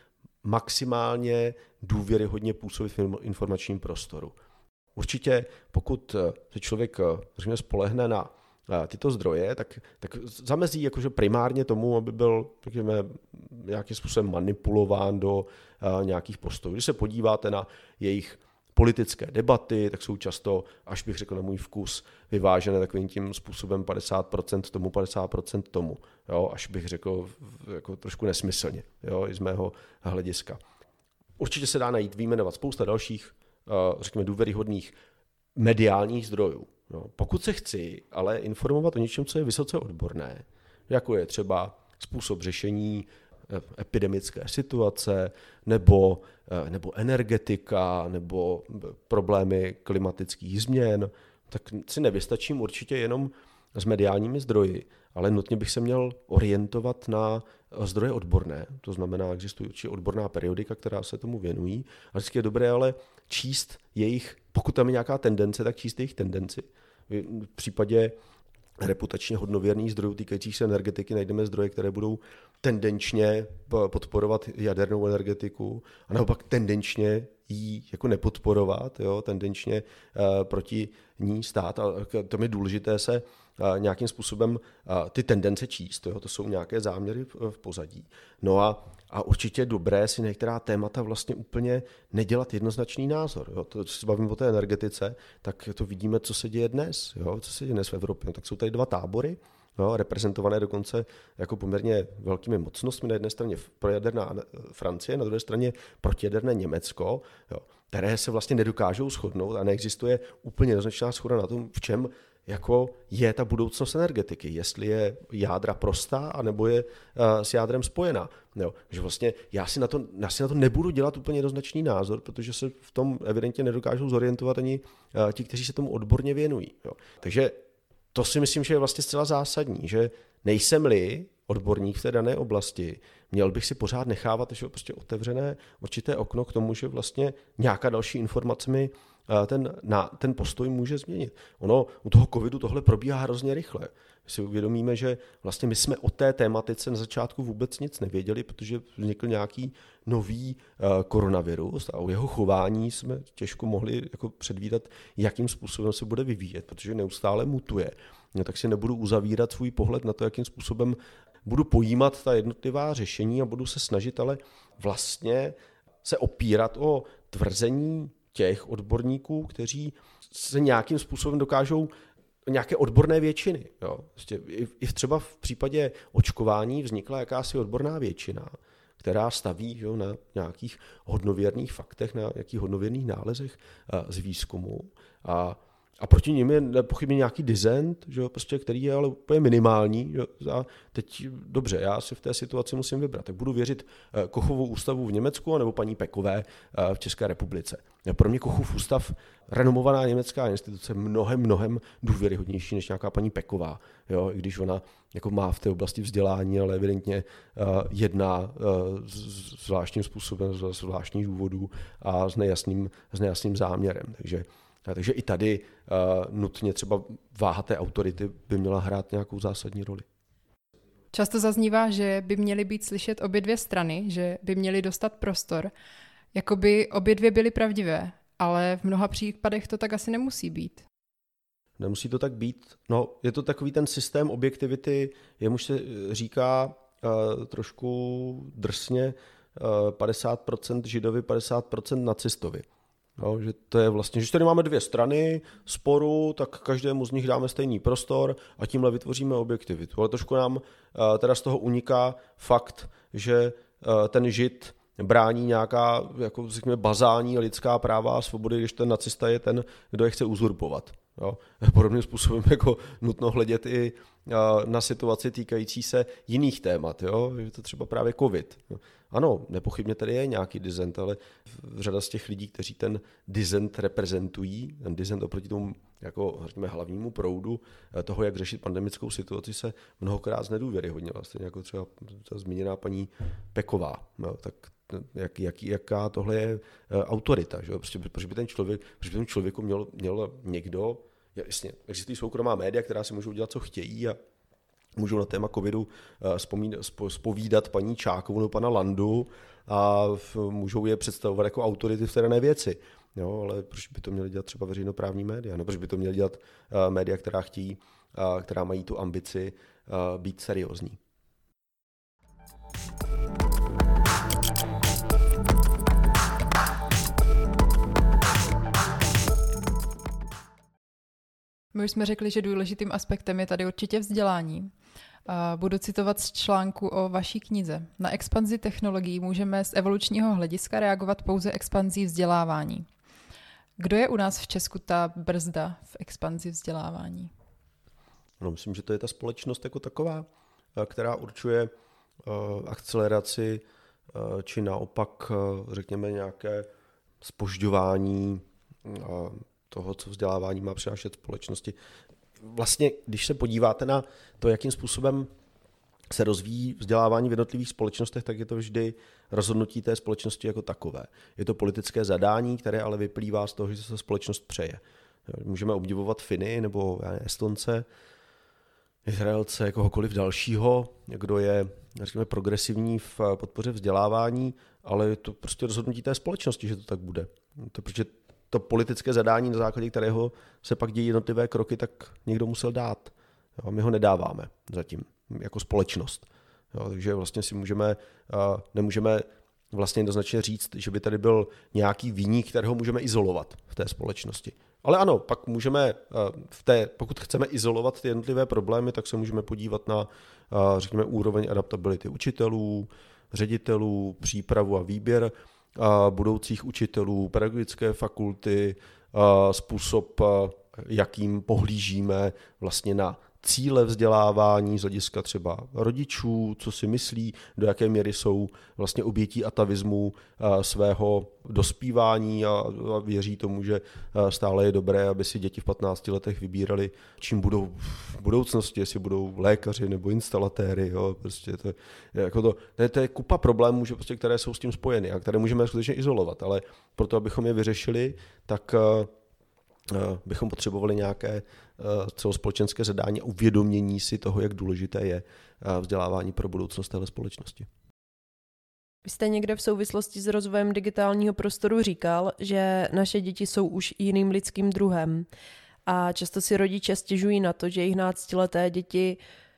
maximálně důvěryhodně působit v informačním prostoru. Určitě, pokud se člověk řekněme, spolehne na tyto zdroje, tak, tak zamezí jakože primárně tomu, aby byl řekněme, nějakým způsobem manipulován do uh, nějakých postojů. Když se podíváte na jejich politické debaty, tak jsou často, až bych řekl na můj vkus, vyvážené takovým tím způsobem padesát procent tomu, padesát procent tomu. Jo? Až bych řekl jako trošku nesmyslně, jo? I z mého hlediska. Určitě se dá najít, vyjmenovat spousta dalších řekněme, důvěryhodných mediálních zdrojů. No, pokud se chci ale informovat o něčem, co je vysoce odborné, jako je třeba způsob řešení epidemické situace, nebo, nebo energetika, nebo problémy klimatických změn, tak si nevystačím určitě jenom s mediálními zdroji, ale nutně bych se měl orientovat na zdroje odborné. To znamená, existuje určitě odborná periodika, která se tomu věnují. A vždycky je dobré ale číst jejich, pokud tam je nějaká tendence, tak číst jejich tendenci. V případě reputačně hodnověrných zdrojů týkajících se energetiky najdeme zdroje, které budou tendenčně podporovat jadernou energetiku a naopak tendenčně ji jako nepodporovat, jo, tendenčně uh, proti ní stát. A to je důležité se uh, nějakým způsobem uh, ty tendence číst, jo, to jsou nějaké záměry v, v pozadí. No a, a určitě je dobré si některá témata vlastně úplně nedělat jednoznačný názor. Jo. To, co se bavíme o té energetice, tak to vidíme, co se děje dnes, jo, co se děje dnes v Evropě. No, tak jsou tady dva tábory, no, reprezentované dokonce jako poměrně velkými mocnostmi. Na jedné straně projaderná Francie, na druhé straně protijaderné Německo, jo, které se vlastně nedokážou shodnout a neexistuje úplně jednoznačná shoda na tom, v čem jako je ta budoucnost energetiky, jestli je jádra prostá, anebo je uh, s jádrem spojená. Jo, že vlastně já si, na to, já si na to nebudu dělat úplně jednoznačný názor, protože se v tom evidentně nedokážou zorientovat ani uh, ti, kteří se tomu odborně věnují. Jo. Takže to si myslím, že je vlastně zcela zásadní, že nejsem-li odborník v té dané oblasti, měl bych si pořád nechávat že prostě otevřené určité okno k tomu, že vlastně nějaká další informace mi ten, na, ten postoj může změnit. Ono u toho covidu tohle probíhá hrozně rychle. My si uvědomíme, že vlastně my jsme o té tématice na začátku vůbec nic nevěděli, protože vznikl nějaký nový uh, koronavirus a o jeho chování jsme těžko mohli jako předvídat, jakým způsobem se bude vyvíjet, protože neustále mutuje. No, tak si nebudu uzavírat svůj pohled na to, jakým způsobem budu pojímat ta jednotlivá řešení a budu se snažit ale vlastně se opírat o tvrzení těch odborníků, kteří se nějakým způsobem dokážou nějaké odborné většiny. Jo. I třeba v případě očkování vznikla jakási odborná většina, která staví jo, na nějakých hodnověrných faktech, na nějakých hodnověrných nálezech z výzkumu. A, a proti nim je nepochybně nějaký dissent, že, prostě, který je ale úplně minimální. Že, a teď dobře, já si v té situaci musím vybrat. Tak budu věřit Kochovu ústavu v Německu nebo paní Pekové v České republice. Pro mě Kochův ústav, renomovaná německá instituce, mnohem, mnohem důvěryhodnější než nějaká paní Peková. Jo, i když ona jako má v té oblasti vzdělání, ale evidentně uh, jedná uh, zvláštním způsobem, z zvláštních důvodů a s nejasným, s nejasným záměrem. Takže, takže i tady uh, nutně třeba váha té autority by měla hrát nějakou zásadní roli. Často zaznívá, že by měly být slyšet obě dvě strany, že by měly dostat prostor, jako by obě dvě byly pravdivé, ale v mnoha případech to tak asi nemusí být. Nemusí to tak být. No, je to takový ten systém objektivity, jemuž se říká uh, trošku drsně uh, padesát procent Židovi, padesát procent nacistovi. No, že to je vlastně, že tady máme dvě strany sporu, tak každému z nich dáme stejný prostor a tímhle vytvoříme objektivitu. Ale trošku nám uh, teda z toho uniká fakt, že uh, ten Žid brání nějaká, jako řekněme, bazální lidská práva a svobody, když ten nacista je ten, kdo je chce uzurpovat. Jo. Podobným způsobem jako nutno hledět i na situaci týkající se jiných témat. Jo. Je to třeba právě covid. Ano, nepochybně tady je nějaký dissent, ale řada z těch lidí, kteří ten dissent reprezentují, ten dissent oproti tomu jako řekněme, hlavnímu proudu toho, jak řešit pandemickou situaci, se mnohokrát znedůvěryhodnila. Stejně jako třeba ta zmíněná paní Peková. Jo. Tak jak, jak, jaká tohle je autorita. Že? Prostě, protože by ten člověk, protože by ten člověku měl, měl někdo, jasně, existují soukromá média, která si můžou dělat, co chtějí a můžou na téma covidu zpovídat paní Čákovou nebo pana Landu a můžou je představovat jako autority v té dané věci. Jo, ale proč by to měly dělat třeba veřejnoprávní média? No, proč by to měly dělat uh, média, která chtějí, uh, která mají tu ambici uh, být seriózní? My už jsme řekli, že důležitým aspektem je tady určitě vzdělání. Budu citovat z článku o vaší knize. Na expanzi technologií můžeme z evolučního hlediska reagovat pouze expanzí vzdělávání. Kdo je u nás v Česku ta brzda v expanzi vzdělávání? No, myslím, že to je ta společnost jako taková, která určuje akceleraci či naopak, řekněme, nějaké zpožďování toho, co vzdělávání má přinášet společnosti. Vlastně, když se podíváte na to, jakým způsobem se rozvíjí vzdělávání v jednotlivých společnostech, tak je to vždy rozhodnutí té společnosti jako takové. Je to politické zadání, které ale vyplývá z toho, že se společnost přeje. Můžeme obdivovat Finy nebo Estonce, Izraelce, jako kohokoliv dalšího, kdo je, řekněme, progresivní v podpoře vzdělávání, ale je to prostě rozhodnutí té společnosti, že to tak bude. To, protože to politické zadání, na základě kterého se pak dějí jednotlivé kroky, tak někdo musel dát. Jo, my ho nedáváme zatím, jako společnost. Jo, takže vlastně si můžeme, nemůžeme vlastně jednoznačně říct, že by tady byl nějaký viník, kterého můžeme izolovat v té společnosti. Ale ano, pak můžeme, v té, pokud chceme izolovat ty jednotlivé problémy, tak se můžeme podívat na, řekněme, úroveň adaptability učitelů, ředitelů, přípravu a výběr budoucích učitelů, pedagogické fakulty, způsob, jakým pohlížíme vlastně na cíle vzdělávání z hlediska třeba rodičů, co si myslí, do jaké míry jsou vlastně obětí atavismu svého dospívání a věří tomu, že stále je dobré, aby si děti v patnácti letech vybírali, čím budou v budoucnosti, jestli budou lékaři nebo instalatéry. Jo, prostě to, jako to, to, to je kupa problémů, že prostě, které jsou s tím spojeny a které můžeme skutečně izolovat, ale proto, abychom je vyřešili, tak bychom potřebovali nějaké celospolečenské zadání a uvědomění si toho, jak důležité je vzdělávání pro budoucnost téhle společnosti. Vy jste někde v souvislosti s rozvojem digitálního prostoru říkal, že naše děti jsou už jiným lidským druhem a často si rodiče stěžují na to, že jejich náctileté děti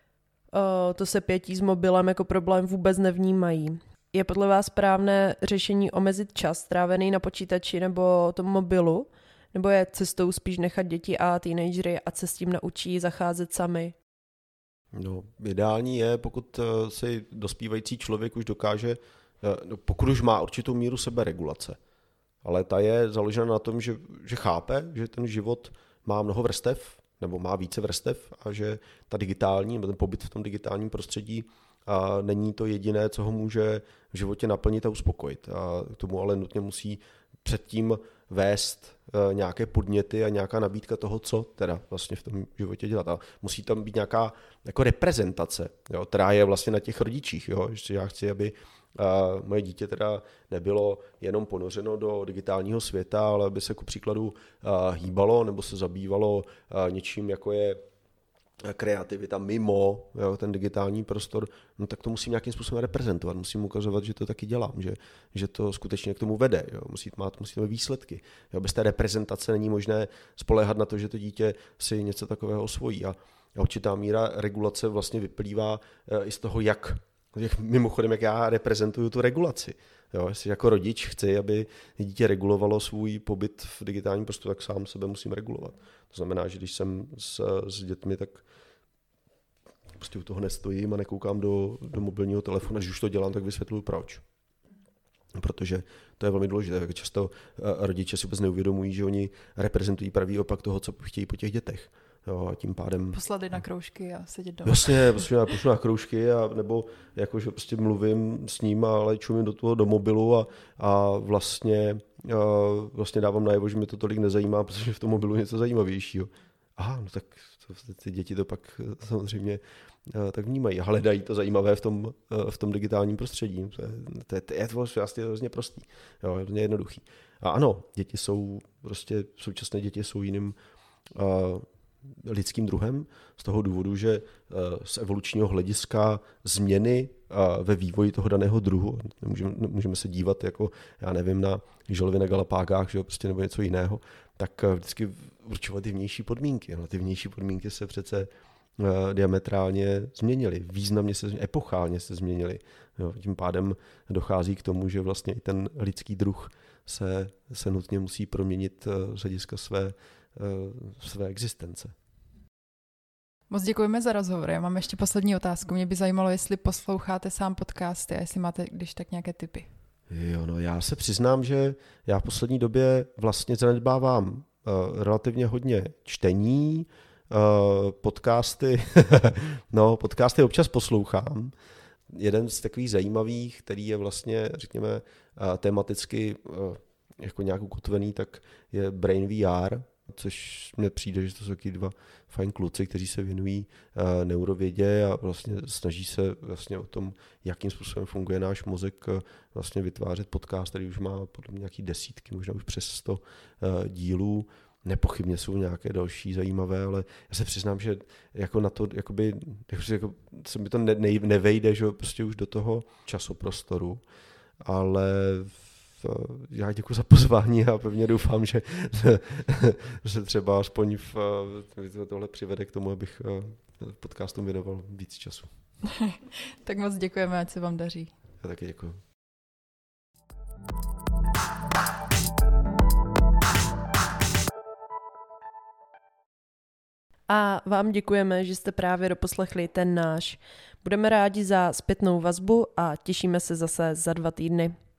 to sepětí s mobilem jako problém vůbec nevnímají. Je podle vás správné řešení omezit čas strávený na počítači nebo tom mobilu? Nebo je cestou spíš nechat děti a teenagery a se s tím naučí zacházet sami? No, ideální je, pokud si dospívající člověk už dokáže, no, pokud už má určitou míru seberegulace. Ale ta je založena na tom, že, že chápe, že ten život má mnoho vrstev, nebo má více vrstev a že ta digitální, nebo ten pobyt v tom digitálním prostředí a není to jediné, co ho může v životě naplnit a uspokojit. A k tomu ale nutně musí předtím vést nějaké podněty a nějaká nabídka toho, co teda vlastně v tom životě dělat. A musí tam být nějaká jako reprezentace, jo, která je vlastně na těch rodičích. Jo, že já chci, aby uh, moje dítě teda nebylo jenom ponořeno do digitálního světa, ale aby se ku příkladu uh, hýbalo nebo se zabývalo uh, něčím, jako je kreativita mimo, jo, ten digitální prostor, no tak to musím nějakým způsobem reprezentovat, musím ukazovat, že to taky dělám, že, že to skutečně k tomu vede, jo, musí mít musí mít výsledky. Jo, bez té reprezentace není možné spoléhat na to, že to dítě si něco takového osvojí a, a určitá míra regulace vlastně vyplývá e, i z toho, jak, jak mimochodem, jak já reprezentuju tu regulaci. Jo, jestli jako rodič chci, aby dítě regulovalo svůj pobyt v digitálním prostoru, tak sám sebe musím regulovat. To znamená, že když jsem s, s dětmi, tak prostě u toho nestojím a nekoukám do, do mobilního telefonu. Když už to dělám, tak vysvětluju proč. protože to je velmi důležité. Často rodiče si vůbec neuvědomují, že oni reprezentují pravý opak toho, co chtějí po těch dětech. Jo, a tím pádem... Poslat na kroužky a sedět doma. Jasně, prostě já pošlu na kroužky, a, nebo jakože prostě mluvím s ním, ale čumím do toho do mobilu a, a vlastně, a vlastně dávám najevo, že mě to tolik nezajímá, protože v tom mobilu je něco zajímavějšího. Aha, no tak to, ty děti to pak samozřejmě tak vnímají. Hledají to zajímavé v tom, v tom digitálním prostředí. To je, to je, to je vlastně hrozně prostý. Jo, je hrozně jednoduchý. A ano, děti jsou, prostě současné děti jsou jiným uh, lidským druhem z toho důvodu, že uh, z evolučního hlediska změny uh, ve vývoji toho daného druhu, můžeme, můžeme se dívat jako, já nevím, na želvy na Galapágách, že prostě nebo něco jiného, tak uh, vždycky určovat ty vnější podmínky. Ale ty vnější podmínky se přece diametrálně změnily, významně se změnily, epochálně se změnily. Jo, tím pádem dochází k tomu, že vlastně i ten lidský druh se, se nutně musí proměnit z hlediska své, své existence. Moc děkujeme za rozhovor. Já mám ještě poslední otázku. Mě by zajímalo, jestli posloucháte sám podcasty a jestli máte když tak nějaké tipy. Jo, no já se přiznám, že já v poslední době vlastně zanedbávám uh, relativně hodně čtení, Uh, podcasty, no podcasty občas poslouchám. Jeden z takových zajímavých, který je vlastně, řekněme, uh, tematicky uh, jako nějak ukotvený, tak je Brain V R, což mně přijde, že to jsou taky dva fajn kluci, kteří se věnují uh, neurovědě a vlastně snaží se vlastně o tom, jakým způsobem funguje náš mozek, uh, vlastně vytvářet podcast, který už má podle mě nějaký desítky, možná už přes sto uh, dílů. Nepochybně jsou nějaké další zajímavé, ale já se přiznám, že jako na to, jakoby, jako, se mi to ne, ne, nevejde, že prostě už do toho časoprostoru, ale v, já děkuji za pozvání a pevně doufám, že, že třeba aspoň v, tohle přivede k tomu, abych podcastům věnoval víc času. Tak moc děkujeme, ať se vám daří. Já taky děkuji. A vám děkujeme, že jste právě doposlechli ten náš. Budeme rádi za zpětnou vazbu a těšíme se zase za dva týdny.